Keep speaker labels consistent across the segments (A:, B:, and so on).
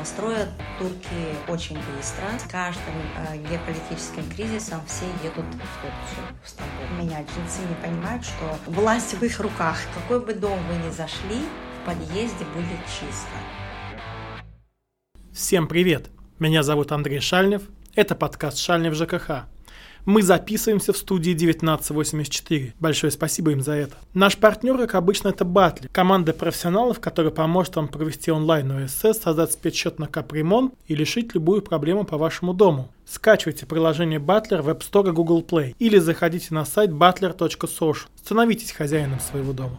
A: Строят турки очень быстро. С каждым геополитическим кризисом все едут в Турцию, в Стамбул. Меняджерцы не понимают, что власть в их руках. В какой бы дом вы ни зашли, в подъезде будет чисто.
B: Всем привет! Меня зовут Андрей Шальнев. Это подкаст «Шальнев ЖКХ». Мы записываемся в студии 1984. Большое спасибо им за это. Наш партнер, как обычно, это Батлер. Команда профессионалов, которая поможет вам провести онлайн ОСС, создать спецсчет на капремонт и решить любую проблему по вашему дому. Скачивайте приложение Батлер в App Store и Google Play или заходите на сайт butler.social. Становитесь хозяином своего дома.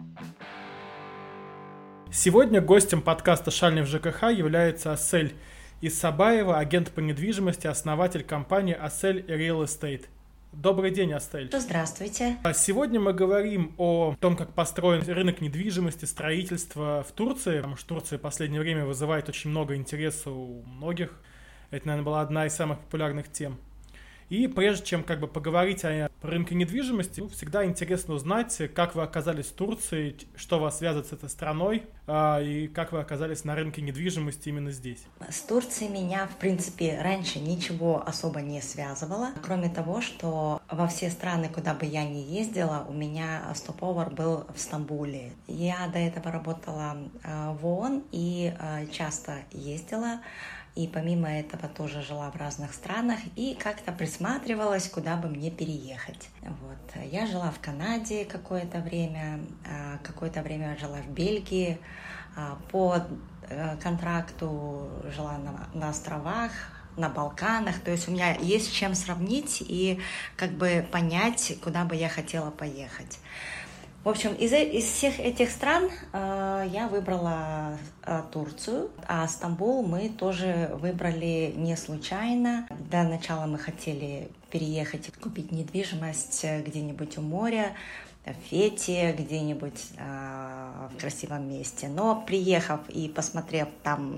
B: Сегодня гостем подкаста «Шальнев ЖКХ» является Асель Исабаева, агент по недвижимости, основатель компании Асель Real Estate. Добрый день, Асель.
A: Здравствуйте.
B: Сегодня мы говорим о том, как построен рынок недвижимости, строительства в Турции, потому что Турция в последнее время вызывает очень много интереса у многих. Это, наверное, была одна из самых популярных тем. И прежде чем поговорить о рынке недвижимости, всегда интересно узнать, как вы оказались в Турции, что вас связывает с этой страной, и как вы оказались на рынке недвижимости именно здесь.
A: С Турцией меня, в принципе, раньше ничего особо не связывало, кроме того, что во все страны, куда бы я ни ездила, у меня стоп-овер был в Стамбуле. Я до этого работала в ООН и часто ездила. И помимо этого тоже жила в разных странах и как-то присматривалась, куда бы мне переехать. Вот. Я жила в Канаде какое-то время жила в Бельгии, по контракту жила на островах, на Балканах. То есть у меня есть с чем сравнить и понять, куда бы я хотела поехать. В общем, из всех этих стран я выбрала Турцию, а Стамбул мы тоже выбрали не случайно. До начала мы хотели переехать и купить недвижимость где-нибудь у моря, в Фете, где-нибудь в красивом месте. Но приехав и посмотрев там,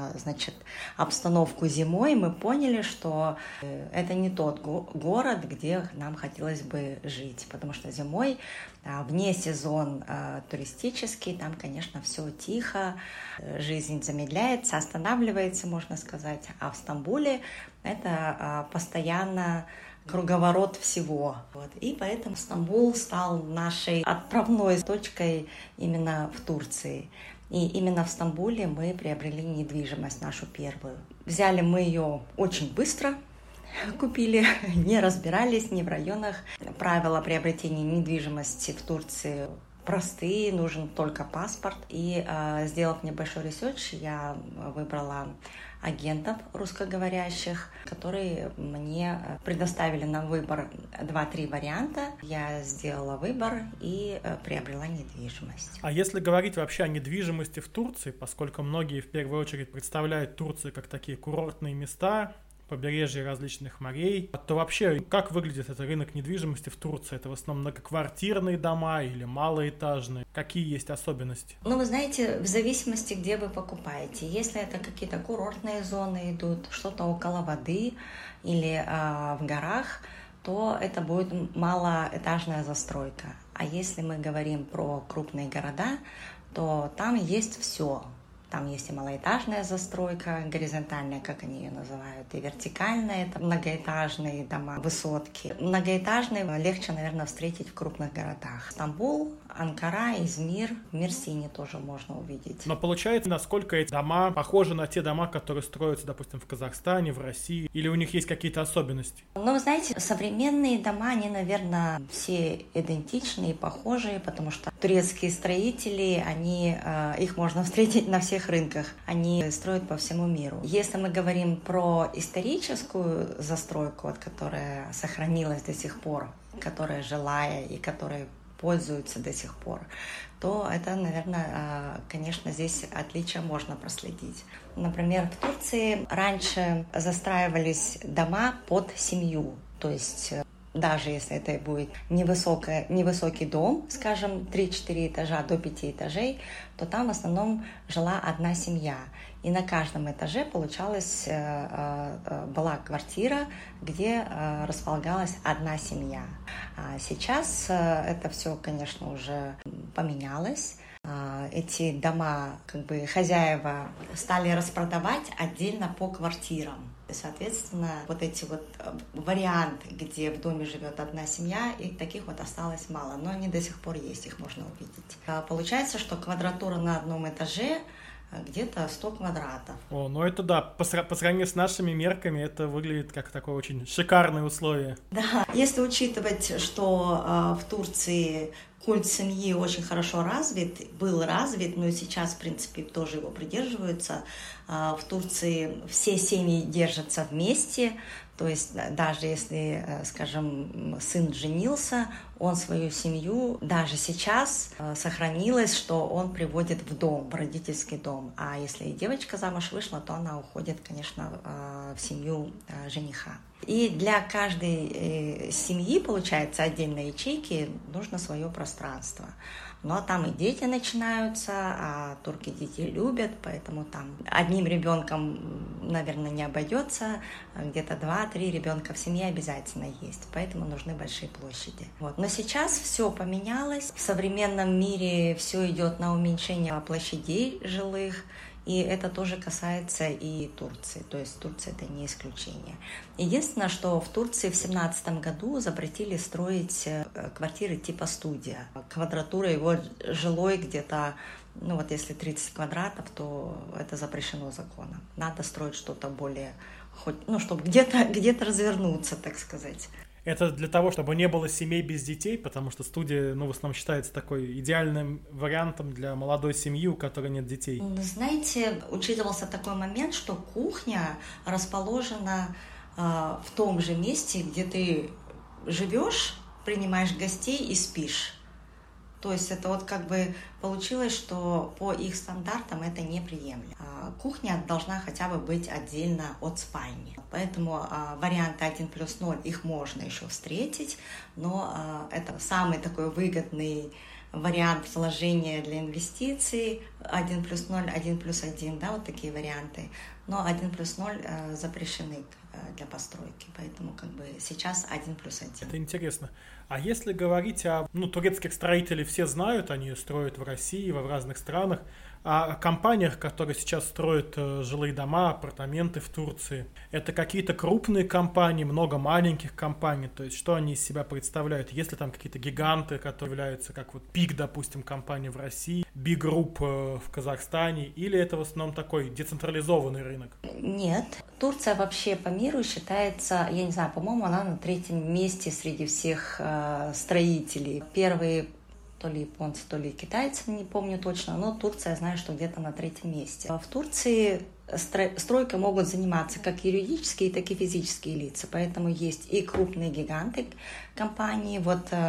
A: обстановку зимой, мы поняли, что это не тот город, где нам хотелось бы жить. Потому что зимой, вне сезон туристический, там, конечно, все тихо, жизнь замедляется, останавливается, можно сказать. А в Стамбуле это постоянно круговорот всего. Вот. И поэтому Стамбул стал нашей отправной точкой именно в Турции. И именно в Стамбуле мы приобрели недвижимость нашу первую. Взяли мы ее очень быстро, купили, не разбирались ни в районах. Правила приобретения недвижимости в Турции простые, нужен только паспорт. И сделав небольшой ресерч, я выбрала агентов русскоговорящих, которые мне предоставили на выбор 2-3 варианта. Я сделала выбор и приобрела недвижимость.
B: А если говорить вообще о недвижимости в Турции, поскольку многие в первую очередь представляют Турцию как такие курортные места, побережье различных морей, то вообще как выглядит этот рынок недвижимости в Турции? Это в основном многоквартирные дома или малоэтажные? Какие есть особенности?
A: Вы знаете, в зависимости, где вы покупаете. Если это какие-то курортные зоны идут, что-то около воды или в горах, то это будет малоэтажная застройка. А если мы говорим про крупные города, то там есть все. Там есть и малоэтажная застройка, горизонтальная, как они ее называют, и вертикальная, это многоэтажные дома, высотки. Многоэтажные легче, наверное, встретить в крупных городах. Стамбул, Анкара, Измир, в Мерсине тоже можно увидеть.
B: Но получается, насколько эти дома похожи на те дома, которые строятся, допустим, в Казахстане, в России, или у них есть какие-то особенности?
A: Вы знаете, современные дома, они, наверное, все идентичные, похожие, потому что турецкие строители, их можно встретить на всех рынках. Они строят по всему миру. Если мы говорим про историческую застройку, которая сохранилась до сих пор, которая жилая и которая пользуются до сих пор, то это, наверное, конечно, здесь отличия можно проследить. Например, в Турции раньше застраивались дома под семью, то есть даже если это будет невысокий дом, скажем, 3-4 этажа до 5 этажей, то там в основном жила одна семья. И на каждом этаже, была квартира, где располагалась одна семья. А сейчас это все, конечно, уже поменялось. Эти дома, как бы хозяева стали распродавать отдельно по квартирам. Соответственно, вот эти вот варианты, где в доме живет одна семья, и таких вот осталось мало, но они до сих пор есть, их можно увидеть. Получается, что квадратура на одном этаже где-то 100 квадратов.
B: Ну это да, по сравнению с нашими мерками, это выглядит как такое очень шикарное условие.
A: Да, если учитывать, что в Турции культ семьи очень хорошо был развит, но и сейчас, в принципе, тоже его придерживаются. В Турции все семьи держатся вместе, то есть даже если, скажем, сын женился, он свою семью даже сейчас сохранилось, что он приводит в дом, в родительский дом. А если и девочка замуж вышла, то она уходит, конечно, в семью жениха. И для каждой семьи, получается, отдельной ячейки нужно свое пространство. Но там и дети начинаются, а турки детей любят, поэтому там одним ребенком, наверное, не обойдется, где-то 2-3 ребенка в семье обязательно есть, поэтому нужны большие площади. Но сейчас все поменялось, в современном мире все идет на уменьшение площадей жилых, и это тоже касается и Турции, то есть Турция это не исключение. Единственное, что в Турции в 2017 году запретили строить квартиры типа студия. Квадратура его жилой где-то, если 30 квадратов, то это запрещено законом. Надо строить что-то более, чтобы где-то развернуться, так сказать.
B: Это для того, чтобы не было семей без детей, потому что студия, в основном считается такой идеальным вариантом для молодой семьи, у которой нет детей.
A: Знаете, учитывался такой момент, что кухня расположена в том же месте, где ты живешь, принимаешь гостей и спишь. То есть это получилось, что по их стандартам это неприемлемо. Кухня должна хотя бы быть отдельно от спальни. Поэтому варианты 1+0 их можно еще встретить, но это самый такой выгодный вариант вложения для инвестиций. 1+0, 1+1, вот такие варианты. Но 1+0 запрещены для постройки, поэтому сейчас 1+1.
B: Это интересно. А если говорить о турецких строителей, все знают, они строят в России, в разных странах, о компаниях, которые сейчас строят жилые дома, апартаменты в Турции. Это какие-то крупные компании, много маленьких компаний, то есть что они из себя представляют? Есть ли там какие-то гиганты, которые являются, как ПИК, допустим, компания в России, B-Group в Казахстане, или это в основном такой децентрализованный рынок?
A: Нет. Турция вообще по миру считается, я не знаю, по-моему, она на 3-м месте среди всех строителей. Первые то ли японцы, то ли китайцы, не помню точно, но Турция, я знаю, что где-то на 3-м месте. В Турции стройкой могут заниматься как юридические, так и физические лица, поэтому есть и крупные гиганты компании.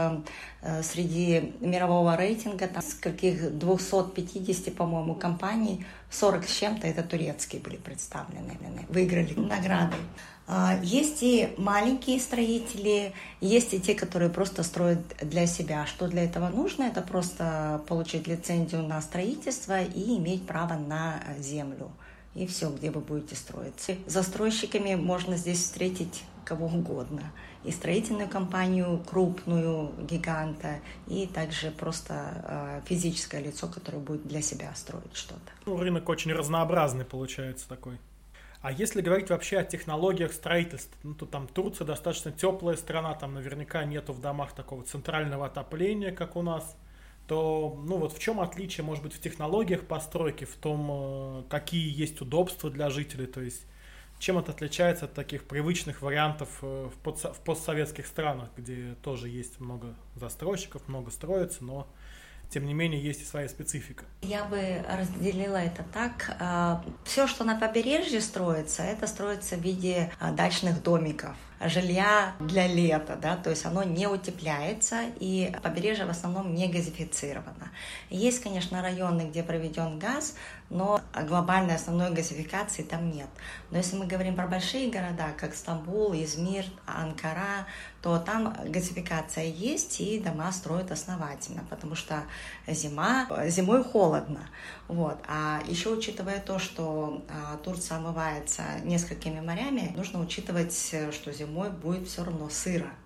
A: Среди мирового рейтинга, с каких 250, по-моему, компаний, 40 с чем-то это турецкие были представлены, выиграли награды. Есть и маленькие строители, есть и те, которые просто строят для себя. Что для этого нужно? Это просто получить лицензию на строительство и иметь право на землю. И все, где вы будете строиться. Застройщиками можно здесь встретить кого угодно. И строительную компанию крупную, гиганта, и также просто физическое лицо, которое будет для себя строить что-то.
B: Рынок очень разнообразный получается такой. А если говорить вообще о технологиях строительства, то там Турция достаточно теплая страна, там наверняка нету в домах такого центрального отопления, как у нас, то в чем отличие, может быть, в технологиях постройки, в том, какие есть удобства для жителей, то есть чем это отличается от таких привычных вариантов в постсоветских странах, где тоже есть много застройщиков, много строится, но тем не менее, есть и своя специфика.
A: Я бы разделила это так. Все, что на побережье строится, это строится в виде дачных домиков, жилья для лета, то есть оно не утепляется, и побережье в основном не газифицировано. Есть, конечно, районы, где проведен газ, но глобальной основной газификации там нет. Но если мы говорим про большие города, как Стамбул, Измир, Анкара, то там газификация есть, и дома строят основательно, потому что зимой холодно. А еще учитывая то, что Турция омывается несколькими морями, нужно учитывать, что зимой будет все равно сыро.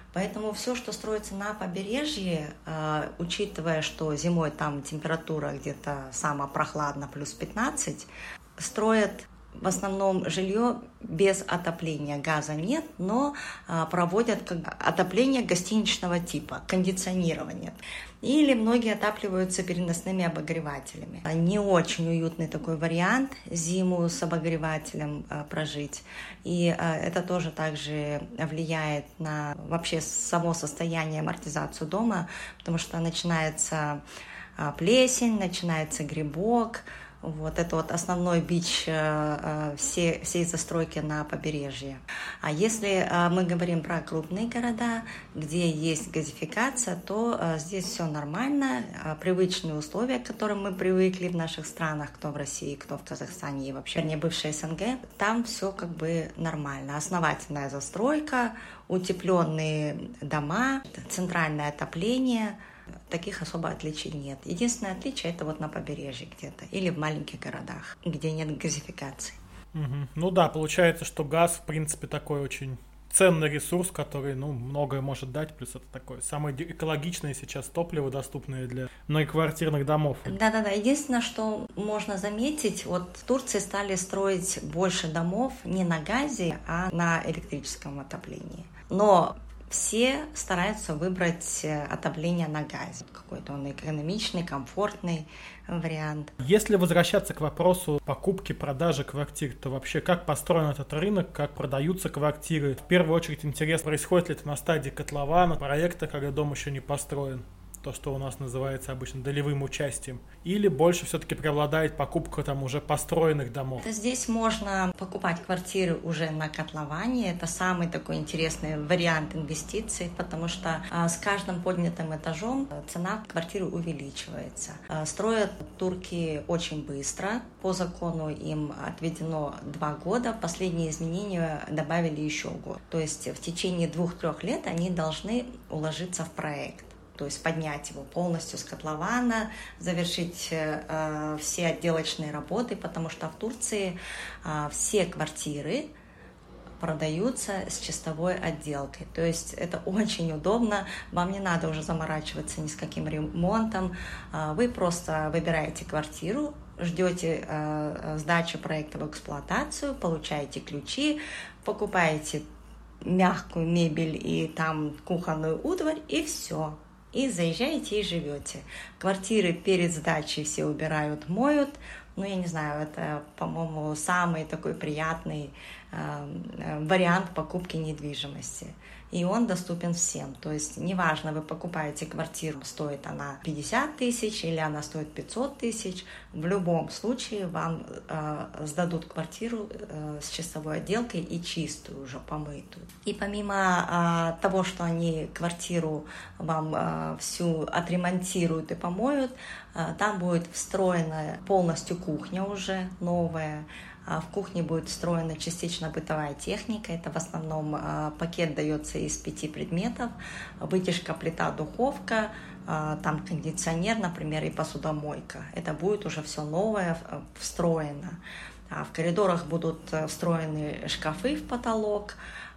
A: Поэтому все, что строится на побережье, учитывая, что зимой там температура где-то самая прохладная, плюс 15, строят в основном жилье без отопления, газа нет, но проводят отопление гостиничного типа, кондиционирование. Или многие отапливаются переносными обогревателями. Не очень уютный такой вариант зиму с обогревателем прожить. И это тоже также влияет на вообще само состояние, амортизацию дома, потому что начинается плесень, начинается грибок. Вот это вот основной бич всей застройки на побережье. А если мы говорим про крупные города, где есть газификация, то здесь все нормально. Привычные условия, к которым мы привыкли в наших странах, кто в России, кто в Казахстане и вообще не бывшей СНГ, там все как бы нормально. Основательная застройка, утепленные дома, центральное отопление. Таких особо отличий нет. Единственное отличие — это вот на побережье где-то или в маленьких городах, где нет газификации.
B: Ну да, получается, что газ, в принципе, такой очень ценный ресурс, который, многое может дать, плюс это такое самое экологичное сейчас топливо, доступное для многоквартирных домов.
A: Да-да-да. Единственное, что можно заметить, вот в Турции стали строить больше домов не на газе, а на электрическом отоплении. Но все стараются выбрать отопление на газе. Какой-то он экономичный, комфортный вариант.
B: Если возвращаться к вопросу покупки, продажи квартир, то вообще как построен этот рынок, как продаются квартиры? В первую очередь интересно, происходит ли это на стадии котлована, проекта, когда дом еще не построен? То, что у нас называется обычно долевым участием, или больше все-таки преобладает покупка там уже построенных домов?
A: Здесь можно покупать квартиры уже на котловане. Это самый такой интересный вариант инвестиций, потому что с каждым поднятым этажом цена квартиры увеличивается. Строят турки очень быстро. По закону им отведено 2 года. Последние изменения добавили еще год. То есть в течение 2-3 лет они должны уложиться в проект. То есть поднять его полностью с котлована, завершить все отделочные работы, потому что в Турции все квартиры продаются с чистовой отделкой. То есть это очень удобно, вам не надо уже заморачиваться ни с каким ремонтом. Вы просто выбираете квартиру, ждете сдачи проекта в эксплуатацию, получаете ключи, покупаете мягкую мебель и там кухонную утварь, и все. И заезжаете и живете. Квартиры перед сдачей все убирают, моют. Я не знаю, это, по-моему, самый такой приятный вариант покупки недвижимости. И он доступен всем. То есть неважно, вы покупаете квартиру, стоит она 50 тысяч или она стоит 500 тысяч, в любом случае вам сдадут квартиру с чистовой отделкой и чистую, уже помытую. И помимо того, что они квартиру вам всю отремонтируют и помоют, там будет встроена полностью кухня уже новая. В кухне будет встроена частично бытовая техника. Это в основном пакет дается из 5 предметов. Вытяжка, плита, духовка, там кондиционер, например, и посудомойка. Это будет уже все новое встроено. В коридорах будут встроены шкафы в потолок.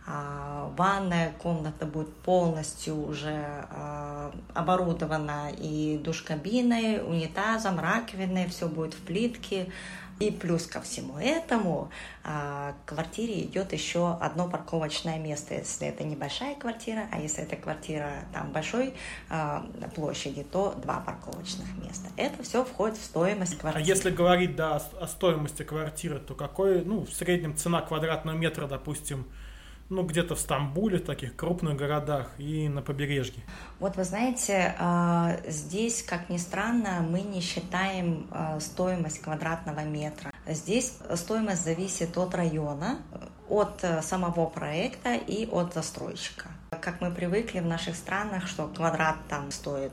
A: Ванная комната будет полностью уже оборудована и душ-кабиной, унитазом, раковиной, все будет в плитке. И плюс ко всему этому в квартире идет еще одно парковочное место, если это небольшая квартира, а если это квартира там большой площади, то 2 парковочных места. Это все входит в стоимость квартиры.
B: А если говорить о стоимости квартиры, то какой, в среднем цена квадратного метра, допустим, где-то в Стамбуле, в таких крупных городах и на побережье?
A: Вот вы знаете, здесь, как ни странно, мы не считаем стоимость квадратного метра. Здесь стоимость зависит от района, от самого проекта и от застройщика. Как мы привыкли в наших странах, что квадрат там стоит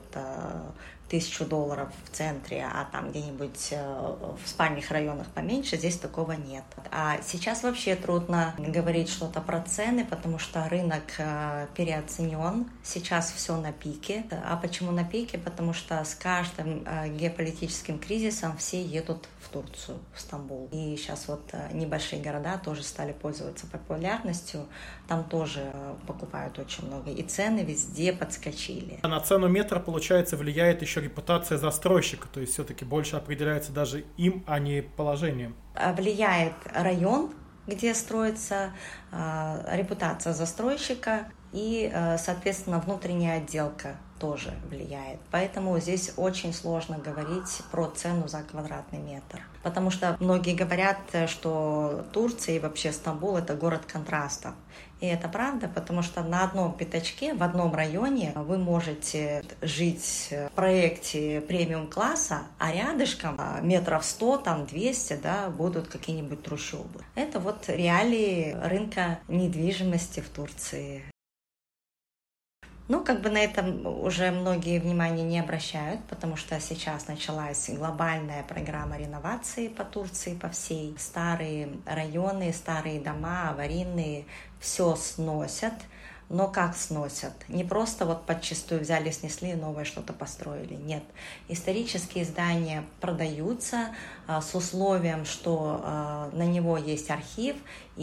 A: $1000 в центре, а там где-нибудь в спальных районах поменьше, здесь такого нет. А сейчас вообще трудно говорить что-то про цены, потому что рынок переоценен, сейчас все на пике. А почему на пике? Потому что с каждым геополитическим кризисом все едут в Турцию, в Стамбул. И сейчас небольшие города тоже стали пользоваться популярностью, там тоже покупают очень очень много. И цены везде подскочили.
B: А на цену метра, получается, влияет еще репутация застройщика, то есть все-таки больше определяется даже им, а не положением.
A: Влияет район, где строится, репутация застройщика и, соответственно, внутренняя отделка тоже влияет. Поэтому здесь очень сложно говорить про цену за квадратный метр. Потому что многие говорят, что Турция и вообще Стамбул – это город контрастов. И это правда, потому что на одном пятачке, в одном районе вы можете жить в проекте премиум-класса, а рядышком метров 100, там 200, да, будут какие-нибудь трущобы. Это вот реалии рынка недвижимости в Турции. Ну, как бы на этом уже многие внимания не обращают, потому что сейчас началась глобальная программа реновации по Турции, по всей. Старые районы, старые дома, аварийные, все сносят. Но как сносят? Не просто вот подчистую взяли, снесли, новое что-то построили. Нет. Исторические здания продаются с условием, что на него есть архив,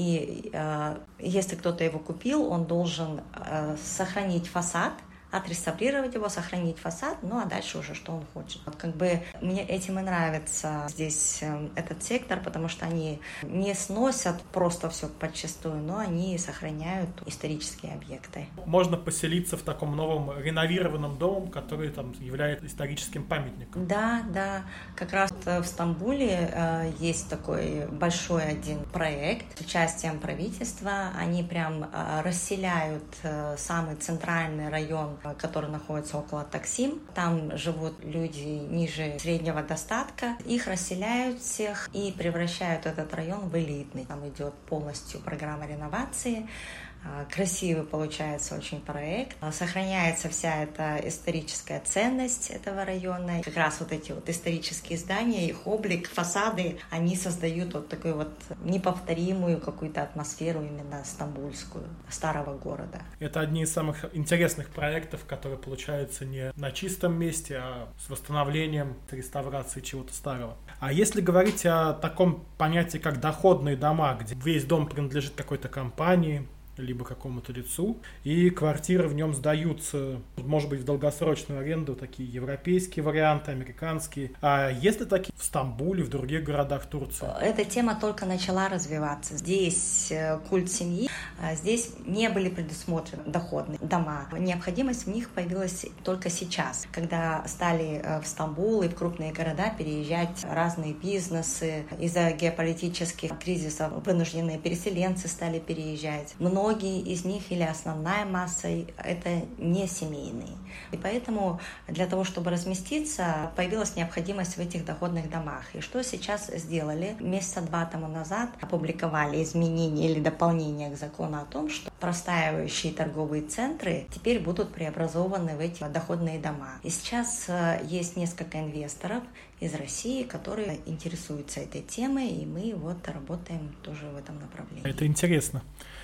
A: и если кто-то его купил, он должен сохранить фасад, отреставрировать его, сохранить фасад, ну а дальше уже что он хочет. Вот как бы мне этим и нравится здесь этот сектор, потому что они не сносят просто все подчистую, но они сохраняют исторические объекты.
B: Можно поселиться в таком новом реновированном доме, который там является историческим памятником.
A: Да, да. Как раз в Стамбуле есть такой большой один проект с участием правительства. Они прям расселяют самый центральный район, который находится около Таксим. Там живут люди ниже среднего достатка. Их расселяют всех и превращают этот район в элитный. Там идет полностью программа реновации. Красивый получается очень проект. Сохраняется вся эта историческая ценность этого района. Как раз вот эти вот исторические здания, их облик, фасады, они создают вот такую вот неповторимую какую-то атмосферу именно стамбульскую, старого города.
B: Это одни из самых интересных проектов, которые получаются не на чистом месте, а с восстановлением, реставрацией чего-то старого. А если говорить о таком понятии, как доходные дома, где весь дом принадлежит какой-то компании, либо какому-то лицу, и квартиры в нем сдаются, может быть, в долгосрочную аренду, такие европейские варианты, американские. А есть ли такие в Стамбуле, в других городах Турции?
A: Эта тема только начала развиваться. Здесь культ семьи, здесь не были предусмотрены доходные дома. Необходимость в них появилась только сейчас, когда стали в Стамбул и в крупные города переезжать разные бизнесы. Из-за геополитических кризисов вынужденные переселенцы стали переезжать. Многие из них или основная масса это не семейные. И поэтому для того, чтобы разместиться, появилась необходимость в этих доходных домах. И что сейчас сделали? Месяца 2 тому назад опубликовали изменения или дополнения к закону о том, что простаивающие торговые центры теперь будут преобразованы в эти доходные дома. И сейчас есть несколько инвесторов из России, которые интересуются этой темой, и мы вот работаем тоже в этом направлении.
B: Это интересно.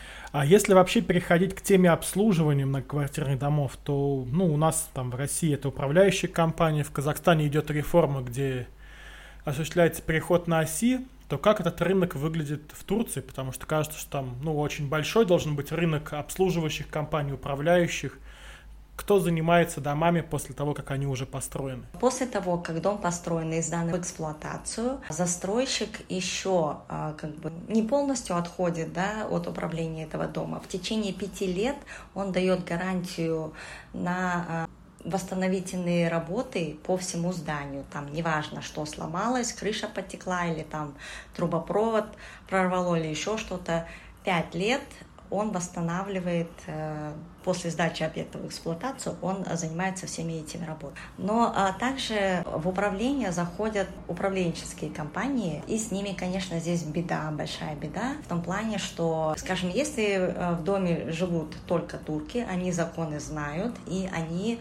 B: А если вообще переходить к теме обслуживания многоквартирных домов, то у нас там в России это управляющая компания, в Казахстане идет реформа, где осуществляется переход на оси, то как этот рынок выглядит в Турции? Потому что кажется, что там очень большой должен быть рынок обслуживающих компаний, управляющих. Кто занимается домами после того, как они уже построены?
A: После того, как дом построен и сдан в эксплуатацию, застройщик еще не полностью отходит от управления этого дома. В течение 5 лет он дает гарантию на восстановительные работы по всему зданию. Там неважно, что сломалось, крыша потекла или там трубопровод прорвало или еще что-то. 5 лет он восстанавливает, после сдачи объекта в эксплуатацию, он занимается всеми этими работами. Но также в управление заходят управленческие компании, и с ними, конечно, здесь беда, большая беда, в том плане, что, скажем, если в доме живут только турки, они законы знают, и они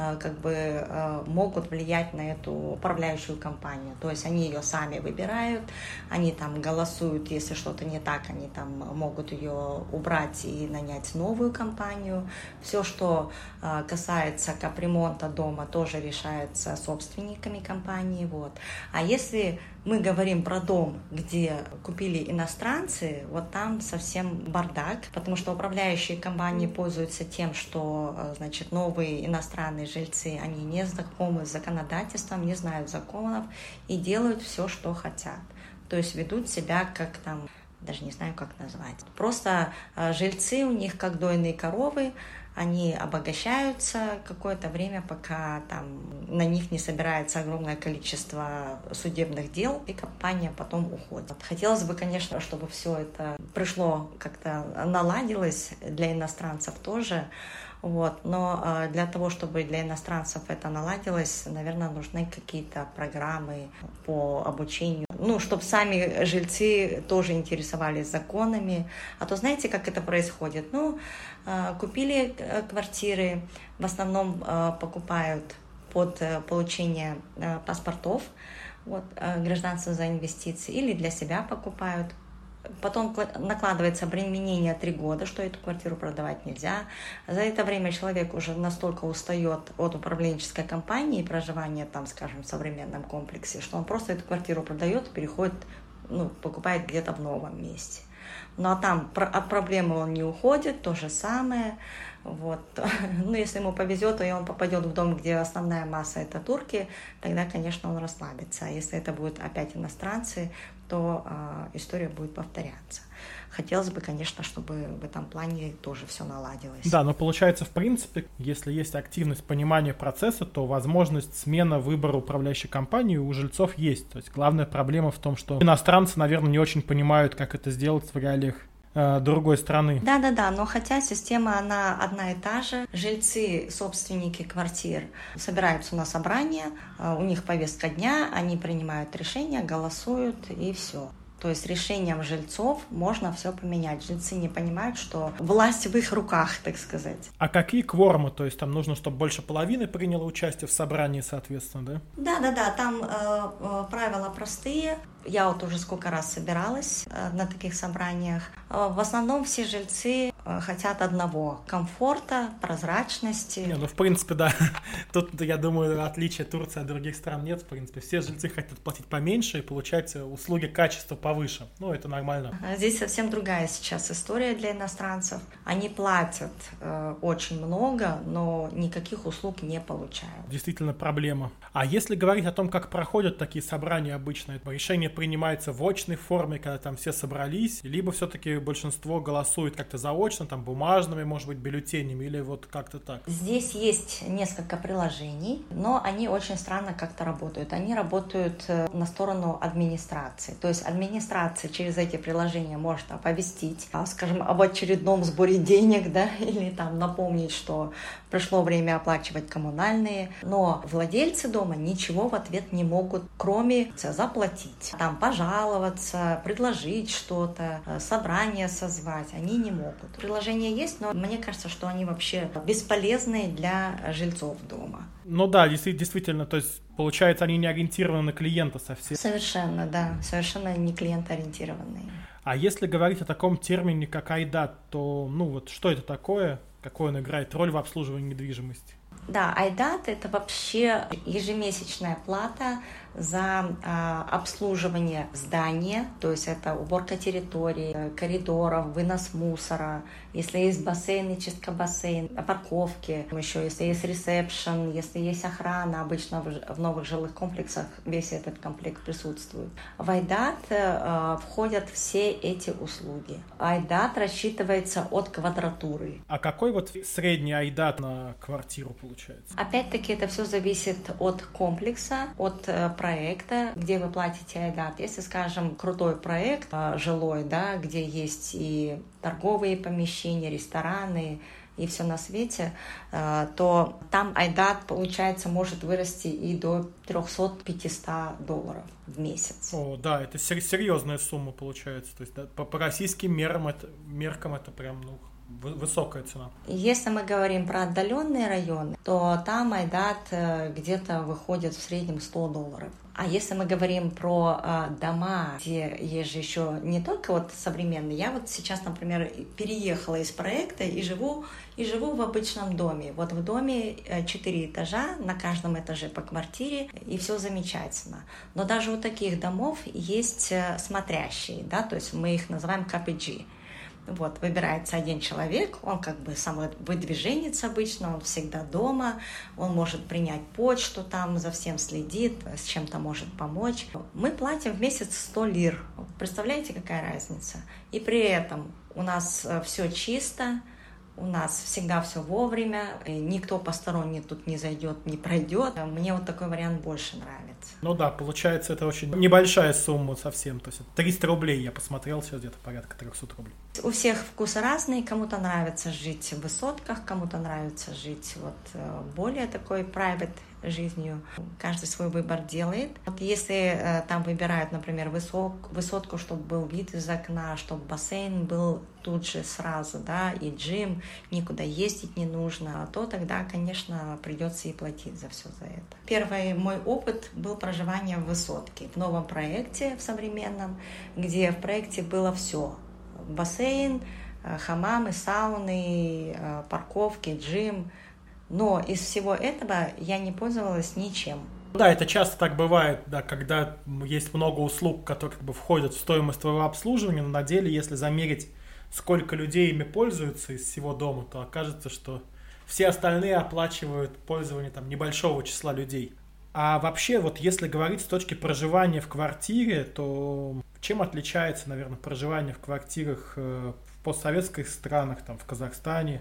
A: могут влиять на эту управляющую компанию. То есть они ее сами выбирают, они там голосуют, если что-то не так, они там могут ее убрать и нанять новую компанию. Все, что касается капремонта дома, тоже решается собственниками компании. Вот. А если мы говорим про дом, где купили иностранцы, вот там совсем бардак, потому что управляющие компании пользуются тем, что, значит, новые иностранные жильцы, они не знакомы с законодательством, не знают законов и делают все, что хотят. То есть ведут себя как там, даже не знаю, как назвать. Просто жильцы у них как дойные коровы, они обогащаются какое-то время, пока там на них не собирается огромное количество судебных дел, и компания потом уходит. Хотелось бы, конечно, чтобы все это пришло, как-то наладилось для иностранцев тоже. Вот. Но для того, чтобы для иностранцев это наладилось, наверное, нужны какие-то программы по обучению. Чтобы сами жильцы тоже интересовались законами. А то знаете, как это происходит? Купили квартиры, в основном покупают под получение паспортов, гражданство за инвестиции, или для себя покупают. Потом накладывается обременение 3 года, что эту квартиру продавать нельзя. За это время человек уже настолько устает от управленческой компании и проживания там, скажем, в современном комплексе, что он просто эту квартиру продает, переходит, покупает где-то в новом месте. А там от проблемы он не уходит, то же самое. Вот. Если ему повезет, и он попадет в дом, где основная масса это турки, тогда, конечно, он расслабится. А если это будут опять иностранцы, то история будет повторяться. Хотелось бы, конечно, чтобы в этом плане тоже все наладилось.
B: Да, но получается, в принципе, если есть активность понимания процесса, то возможность смены выбора управляющей компании у жильцов есть. То есть главная проблема в том, что иностранцы, наверное, не очень понимают, как это сделать в реалиях другой страны.
A: Да, но хотя система, она одна и та же. Жильцы, собственники квартир собираются на собрание, у них повестка дня, они принимают решения, голосуют и все. То есть решением жильцов можно все поменять. Жильцы не понимают, что власть в их руках, так сказать.
B: А какие кворумы? То есть там нужно, чтобы больше половины приняло участие в собрании, соответственно, да?
A: Да, там правила простые. Я уже сколько раз собиралась на таких собраниях. В основном все жильцы хотят одного – комфорта, прозрачности.
B: В принципе, да. Тут, я думаю, отличия Турции от других стран нет. В принципе, все жильцы хотят платить поменьше и получать услуги качества повыше. Это нормально.
A: Здесь совсем другая сейчас история для иностранцев. Они платят очень много, но никаких услуг не получают.
B: Действительно проблема. А если говорить о том, как проходят такие собрания обычно, решение принимается в очной форме, когда там все собрались, либо все-таки большинство голосует как-то заочно, там бумажными, может быть, бюллетенями, или вот как-то так?
A: Здесь есть несколько приложений, но они очень странно как-то работают. Они работают на сторону администрации. То есть администрация через эти приложения может оповестить, скажем, об очередном сборе денег, да, или там напомнить, что пришло время оплачивать коммунальные. Но владельцы дома ничего в ответ не могут, кроме заплатить. Там пожаловаться, предложить что-то, собрание созвать, они не могут. Приложения есть, но мне кажется, что они вообще бесполезны для жильцов дома.
B: Да, действительно, то есть получается, они не ориентированы на клиента совсем.
A: Совершенно, да, совершенно не клиентоориентированные.
B: А если говорить о таком термине, как айдат, то, что это такое? Какую он играет роль в обслуживании недвижимости?
A: Да, айдат – это вообще ежемесячная плата за обслуживание здания, то есть это уборка территории, коридоров, вынос мусора, если есть бассейн, чистка бассейна, парковки, еще если есть ресепшн, если есть охрана, обычно в новых жилых комплексах весь этот комплект присутствует. В айдат входят все эти услуги. Айдат рассчитывается от квадратуры.
B: А какой средний айдат на квартиру получается?
A: Опять-таки это все зависит от комплекса, от проекта, где вы платите айдат. Если, скажем, крутой проект жилой, да, где есть и торговые помещения, рестораны и все на свете, то там айдат, получается, может вырасти и до $300-500 в месяц.
B: О, да, это серьезная сумма получается. То есть, да, по российским меркам это прям, высокая цена.
A: Если мы говорим про отдаленные районы, то там айдат где-то выходит в среднем $100. А если мы говорим про дома, где есть же еще не только вот современные, я вот сейчас, например, переехала из проекта и живу в обычном доме. Вот в доме 4 этажа, на каждом этаже по квартире, и все замечательно. Но даже у таких домов есть смотрящие, да, то есть мы их называем KPG. Вот, выбирается один человек, он как бы самовыдвиженец обычно, он всегда дома, он может принять почту, там за всем следит, с чем-то может помочь. Мы платим в месяц 100 лир. Представляете, какая разница? И при этом у нас все чисто, у нас всегда все вовремя, никто посторонний тут не зайдет, не пройдет. Мне вот такой вариант больше нравится.
B: Ну да, получается, это очень небольшая сумма совсем. То есть 300 рублей я посмотрел, сейчас где-то порядка 300 рублей.
A: У всех вкусы разные, кому-то нравится жить в высотках, кому-то нравится жить вот более такой private жизнью. Каждый свой выбор делает. Вот если там выбирают, например, высотку, чтобы был вид из окна, чтобы бассейн был тут же сразу, да, и джим, никуда ездить не нужно, то тогда, конечно, придется и платить за все за это. Первый мой опыт был проживание в высотке, в новом проекте, в современном, где в проекте было все. Бассейн, хамамы, сауны, парковки, джим. Но из всего этого я не пользовалась ничем.
B: Да, это часто так бывает, да, когда есть много услуг, которые как бы входят в стоимость твоего обслуживания, но на деле, если замерить, сколько людей ими пользуются из всего дома, то окажется, что все остальные оплачивают пользование там небольшого числа людей. А вообще, вот если говорить с точки проживания в квартире, то чем отличается, наверное, проживание в квартирах в постсоветских странах, там, в Казахстане,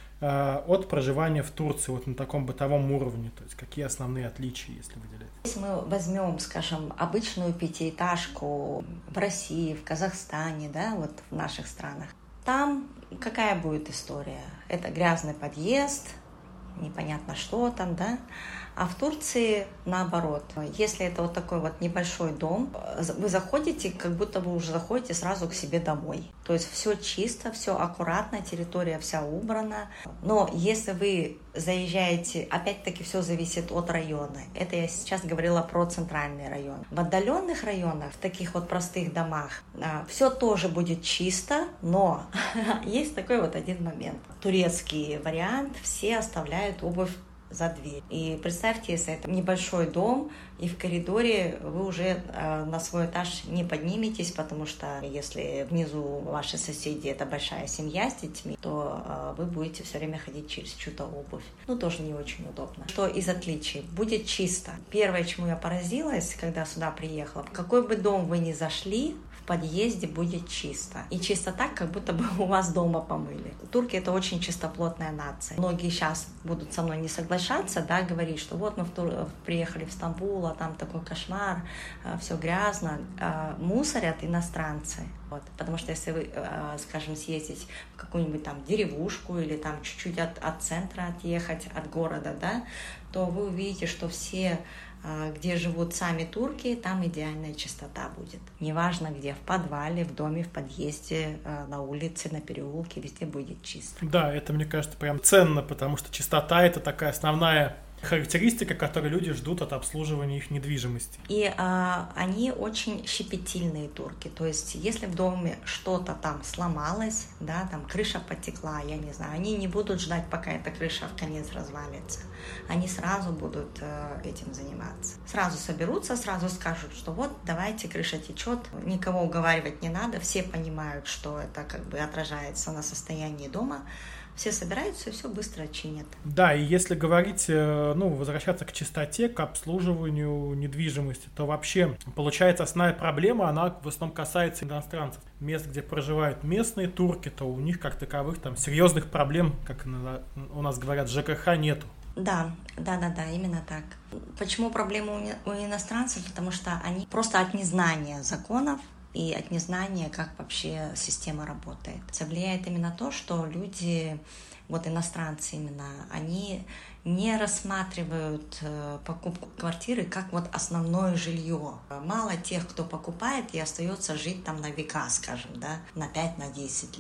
B: от проживания в Турции вот на таком бытовом уровне? То есть какие основные отличия, если выделять?
A: Если мы возьмем, скажем, обычную пятиэтажку в России, в Казахстане, да, вот в наших странах, там какая будет история? Это грязный подъезд, непонятно что там, да? А в Турции наоборот. Если это вот такой вот небольшой дом, вы заходите, как будто вы уже заходите сразу к себе домой. То есть все чисто, все аккуратно, территория вся убрана. Но если вы заезжаете, опять-таки все зависит от района. Это я сейчас говорила про центральный район. В отдаленных районах, в таких вот простых домах, все тоже будет чисто, но есть такой вот один момент. Турецкий вариант, все оставляют обувь за дверь. И представьте, если это небольшой дом, и в коридоре вы уже на свой этаж не подниметесь, потому что если внизу ваши соседи — это большая семья с детьми, то вы будете все время ходить через чью-то обувь. Ну, тоже не очень удобно. Что из отличий? Будет чисто. Первое, чему я поразилась, когда сюда приехала, в какой бы дом вы ни зашли, в подъезде будет чисто. И чисто так, как будто бы у вас дома помыли. Турки — это очень чистоплотная нация. Многие сейчас будут со мной не соглашаться, да, говорить, что вот мы приехали в Стамбул, а там такой кошмар, все грязно. Мусорят иностранцы. Вот. Потому что если вы, скажем, съездить в какую-нибудь там деревушку или там чуть-чуть от центра отъехать, от города, да, то вы увидите, что все, где живут сами турки, там идеальная чистота будет. Неважно где, в подвале, в доме, в подъезде, на улице, на переулке, везде будет чисто.
B: Да, это, мне кажется, прям ценно, потому что чистота — это такая основная характеристика, которую люди ждут от обслуживания их недвижимости.
A: И они очень щепетильные турки. То есть, если в доме что-то там сломалось, да, там крыша потекла, я не знаю, они не будут ждать, пока эта крыша в конец развалится. Они сразу будут этим заниматься. Сразу соберутся, сразу скажут, что вот, давайте, крыша течет, никого уговаривать не надо, все понимают, что это как бы отражается на состоянии дома. Все собираются и все быстро чинят.
B: Да, и если говорить, возвращаться к чистоте, к обслуживанию недвижимости, то вообще, получается, основная проблема, она в основном касается иностранцев. Мест, где проживают местные турки, то у них как таковых там серьезных проблем, как у нас говорят, ЖКХ нету.
A: Да, именно так. Почему проблема у иностранцев? Потому что они просто от незнания законов и от незнания, как вообще система работает. Это влияет именно то, что люди, вот иностранцы именно, они не рассматривают покупку квартиры как вот основное жилье. Мало тех, кто покупает и остается жить там на века, скажем, да, на 5-10 лет.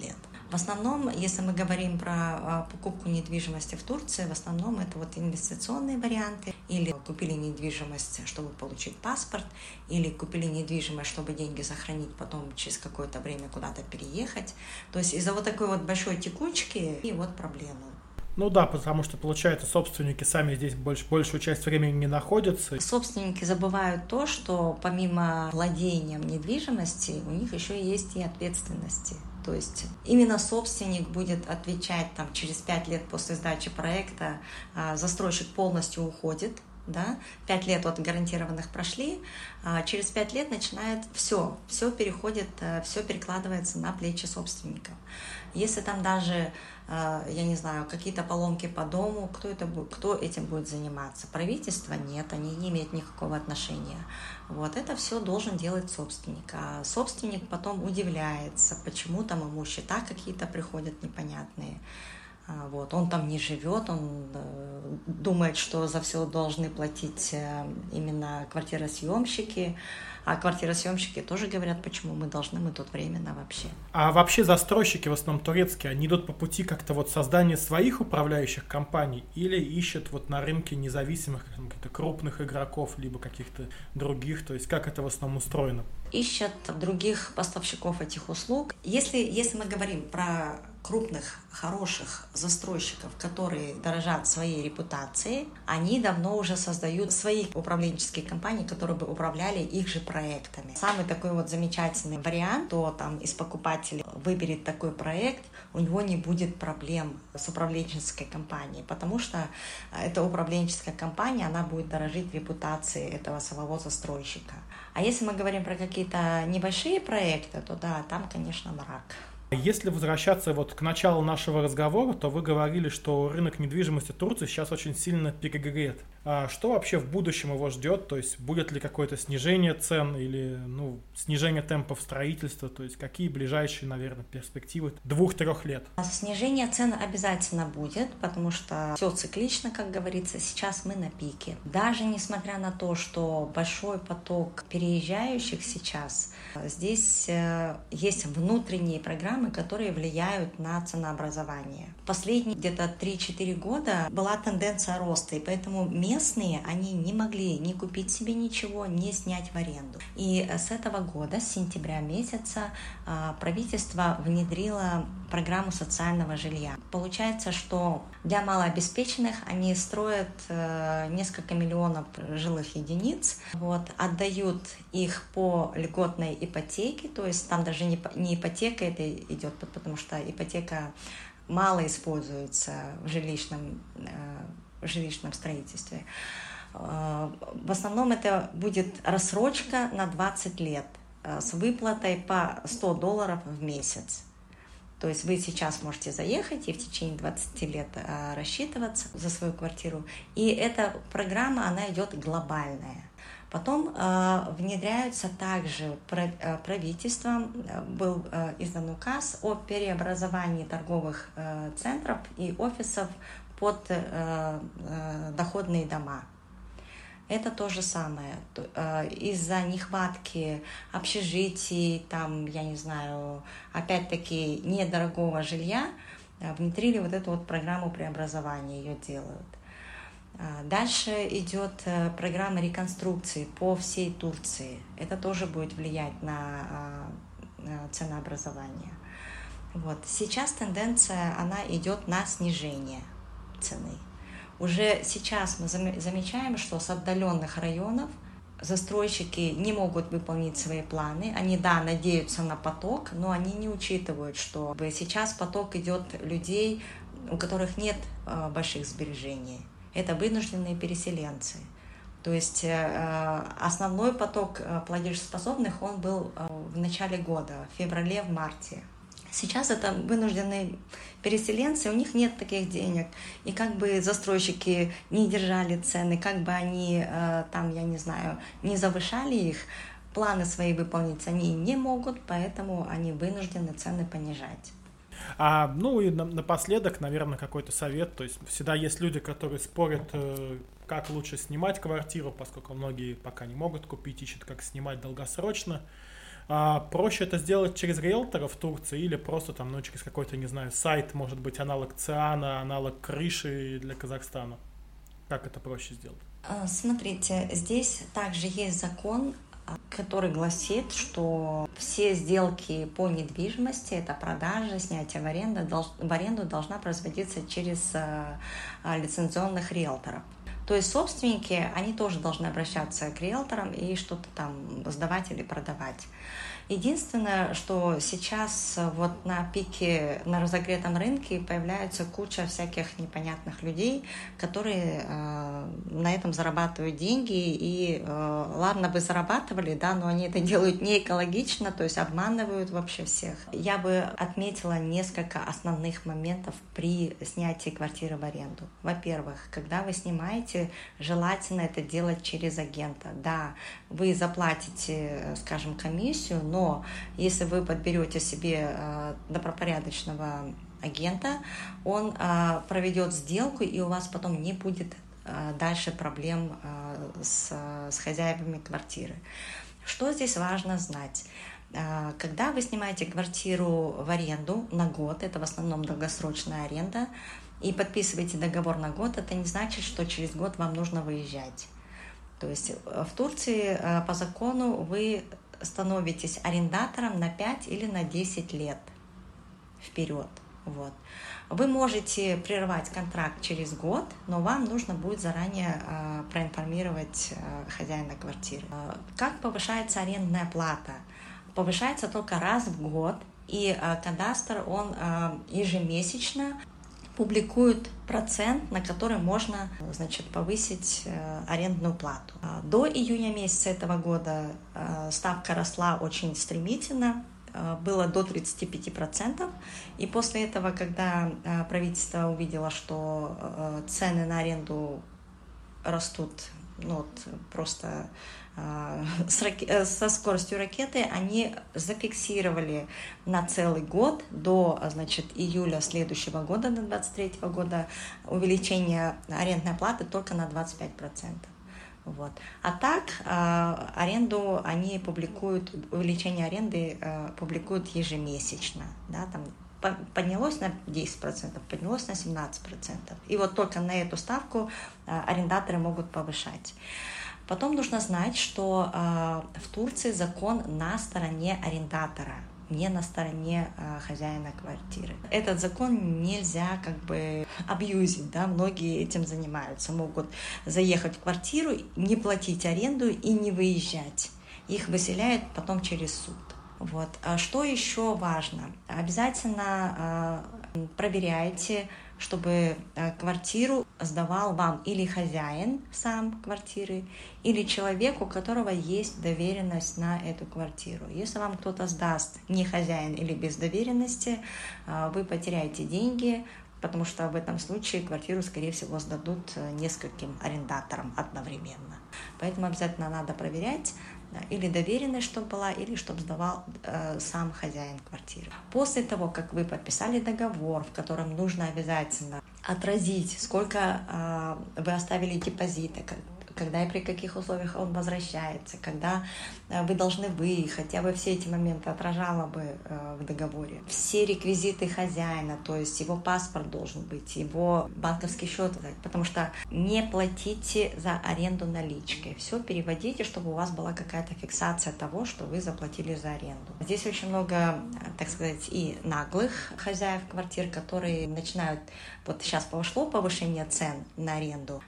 A: В основном, если мы говорим про покупку недвижимости в Турции, в основном это вот инвестиционные варианты. Или купили недвижимость, чтобы получить паспорт, или купили недвижимость, чтобы деньги сохранить, потом через какое-то время куда-то переехать. То есть из-за вот такой вот большой текучки и вот проблемы.
B: Ну да, потому что, получается, собственники сами здесь большую часть времени не находятся.
A: Собственники забывают то, что помимо владения недвижимости у них еще есть и ответственности. То есть именно собственник будет отвечать там, через 5 лет после сдачи проекта, застройщик полностью уходит. Да? 5 лет от гарантированных прошли, через 5 лет начинает все переходит, все перекладывается на плечи собственников. Если там даже, я не знаю, какие-то поломки по дому, кто этим будет заниматься? Правительство? Нет, они не имеют никакого отношения. Вот это все должен делать собственник. А собственник потом удивляется, почему там ему счета какие-то приходят непонятные. Вот, он там не живет, он думает, что за все должны платить именно квартиросъемщики, а квартиросъемщики тоже говорят, почему мы должны, мы тут временно вообще.
B: А вообще застройщики, в основном турецкие, они идут по пути как-то вот создания своих управляющих компаний или ищут вот на рынке независимых каких-то крупных игроков, либо каких-то других, то есть как это в основном устроено?
A: Ищут других поставщиков этих услуг. Если мы говорим про крупных, хороших застройщиков, которые дорожат своей репутацией, они давно уже создают свои управленческие компании, которые бы управляли их же проектами. Самый такой вот замечательный вариант, то там из покупателей выберет такой проект, у него не будет проблем с управленческой компанией, потому что эта управленческая компания, она будет дорожить репутацией этого самого застройщика. А если мы говорим про какие-то небольшие проекты, то да, там, конечно, мрак.
B: Если возвращаться вот к началу нашего разговора, то вы говорили, что рынок недвижимости Турции сейчас очень сильно перегрет. А что вообще в будущем его ждет? То есть будет ли какое-то снижение цен или снижение темпов строительства? То есть какие ближайшие, наверное, перспективы 2-3 лет?
A: Снижение цен обязательно будет, потому что все циклично, как говорится. Сейчас мы на пике. Даже несмотря на то, что большой поток переезжающих сейчас, здесь есть внутренние программы, которые влияют на ценообразование. Последние где-то 3-4 года была тенденция роста, и поэтому местные, они не могли ни купить себе ничего, ни снять в аренду. И с этого года, с сентября месяца, правительство внедрило программу социального жилья. Получается, что для малообеспеченных они строят несколько миллионов жилых единиц, отдают их по льготной ипотеке, то есть там даже не ипотека это идет, потому что ипотека мало используется в жилищном строительстве. В основном это будет рассрочка на 20 лет с выплатой по $100 в месяц. То есть вы сейчас можете заехать и в течение 20 лет рассчитываться за свою квартиру. И эта программа, она идет глобальная. Потом внедряются также правительством, был издан указ о переобразовании торговых центров и офисов под доходные дома. Это то же самое. Из-за нехватки общежитий, опять-таки недорогого жилья, внедрили вот эту вот программу преобразования, ее делают. Дальше идет программа реконструкции по всей Турции. Это тоже будет влиять на ценообразование. Сейчас тенденция, она идет на снижение цены. Уже сейчас мы замечаем, что с отдаленных районов застройщики не могут выполнить свои планы. Они, надеются на поток, но они не учитывают, что сейчас поток идет людей, у которых нет больших сбережений. Это вынужденные переселенцы. То есть основной поток платежеспособных, он был в начале года, в феврале, в марте. Сейчас это вынужденные переселенцы, у них нет таких денег. И как бы застройщики не держали цены, как бы они не завышали их, планы свои выполнить они не могут, поэтому они вынуждены цены понижать.
B: И напоследок, наверное, какой-то совет. То есть всегда есть люди, которые спорят, как лучше снимать квартиру, поскольку многие пока не могут купить, ищут, как снимать долгосрочно. А проще это сделать через риэлтора в Турции или просто там, ну, через какой-то, не знаю, сайт, может быть, аналог Циана, аналог Крыши для Казахстана? Как это проще сделать?
A: Смотрите, здесь также есть закон, который гласит, что все сделки по недвижимости, это продажа, снятие в аренду должна производиться через лицензионных риэлторов. То есть собственники, они тоже должны обращаться к риэлторам и что-то там сдавать или продавать. Единственное, что сейчас вот на пике, на разогретом рынке появляется куча всяких непонятных людей, которые на этом зарабатывают деньги. И ладно бы зарабатывали, да, но они это делают не экологично, то есть обманывают вообще всех. Я бы отметила несколько основных моментов при снятии квартиры в аренду. Во-первых, когда вы снимаете, желательно это делать через агента. Да, вы заплатите, скажем, комиссию, но если вы подберете себе добропорядочного агента, он проведет сделку, и у вас потом не будет дальше проблем с хозяевами квартиры. Что здесь важно знать? Когда вы снимаете квартиру в аренду на год, это в основном долгосрочная аренда, и подписываете договор на год, это не значит, что через год вам нужно выезжать. То есть в Турции по закону вы становитесь арендатором на 5 или на 10 лет вперед. Вот. Вы можете прервать контракт через год, но вам нужно будет заранее проинформировать хозяина квартиры. Как повышается арендная плата? Повышается только раз в год, и кадастр, он ежемесячно публикует процент, на который можно, значит, повысить арендную плату. До июня месяца этого года ставка росла очень стремительно, было до 35%. И после этого, когда правительство увидело, что цены на аренду растут просто со скоростью ракеты, они зафиксировали на целый год до, значит, июля следующего года, до 2023 года, увеличение арендной платы только на 25%. Вот. А так аренду они публикуют, увеличение аренды публикуют ежемесячно, да, там поднялось на 10%, поднялось на 17%. И вот только на эту ставку арендаторы могут повышать. Потом нужно знать, что в Турции закон на стороне арендатора, не на стороне хозяина квартиры. Этот закон нельзя абьюзить, да, многие этим занимаются, могут заехать в квартиру, не платить аренду и не выезжать. Их выселяют потом через суд. Вот. А что еще важно? Обязательно проверяйте, чтобы квартиру сдавал вам или хозяин сам квартиры, или человек, у которого есть доверенность на эту квартиру. Если вам кто-то сдаст не хозяин или без доверенности, вы потеряете деньги, потому что в этом случае квартиру, скорее всего, сдадут нескольким арендаторам одновременно. Поэтому обязательно надо проверять, или доверенность, чтобы была, или чтобы сдавал сам хозяин квартиры. После того, как вы подписали договор, в котором нужно обязательно отразить, сколько вы оставили депозита, когда и при каких условиях он возвращается, когда вы должны выехать, я бы все эти моменты отражала бы в договоре. Все реквизиты хозяина, то есть его паспорт должен быть, его банковский счет, потому что не платите за аренду наличкой. Все переводите, чтобы у вас была какая-то фиксация того, что вы заплатили за аренду. Здесь очень много, так сказать, и наглых хозяев квартир, которые начинают, вот сейчас пошло повышение цен на аренду,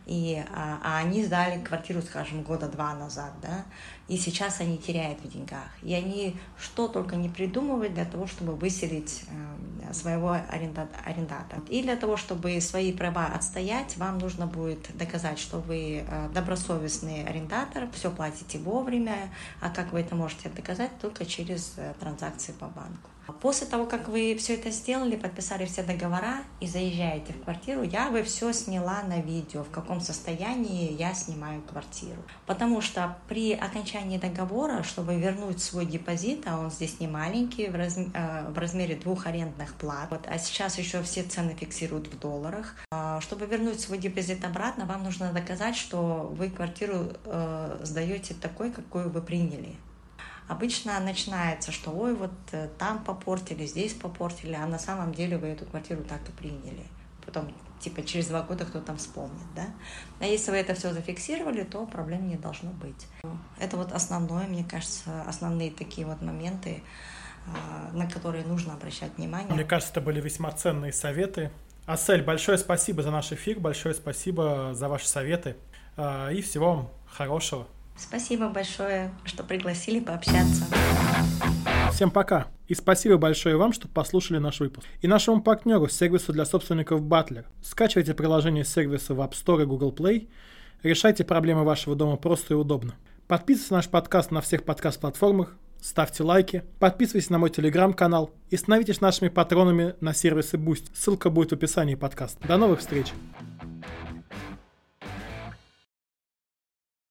A: а они сдали квартиру, скажем, года 2 назад, да, и сейчас они теряют в деньгах. И они что только не придумывают для того, чтобы выселить своего арендатора. И для того, чтобы свои права отстоять, вам нужно будет доказать, что вы добросовестный арендатор, все платите вовремя, а как вы это можете доказать? Только через транзакции по банку. После того, как вы все это сделали, подписали все договора и заезжаете в квартиру, я бы все сняла на видео, в каком состоянии я снимаю квартиру. Потому что при окончании договора, чтобы вернуть свой депозит, а он здесь не маленький, в размере 2 арендных плат, а сейчас еще все цены фиксируют в долларах, чтобы вернуть свой депозит обратно, вам нужно доказать, что вы квартиру сдаете такой, какую вы приняли. Обычно начинается, что ой, вот там попортили, здесь попортили, а на самом деле вы эту квартиру так-то приняли. Потом, типа, через 2 года кто там вспомнит, да? А если вы это все зафиксировали, то проблем не должно быть. Это вот основное, мне кажется, основные такие вот моменты, на которые нужно обращать внимание.
B: Мне кажется, это были весьма ценные советы. Асель, большое спасибо за наш эфир, большое спасибо за ваши советы и всего вам хорошего.
A: Спасибо большое, что пригласили пообщаться.
B: Всем пока. И спасибо большое вам, что послушали наш выпуск. И нашему партнеру, сервису для собственников Butler. Скачивайте приложение сервиса в App Store и Google Play. Решайте проблемы вашего дома просто и удобно. Подписывайтесь на наш подкаст на всех подкаст-платформах. Ставьте лайки. Подписывайтесь на мой телеграм-канал. И становитесь нашими патронами на сервисе Boost. Ссылка будет в описании подкаста. До новых встреч!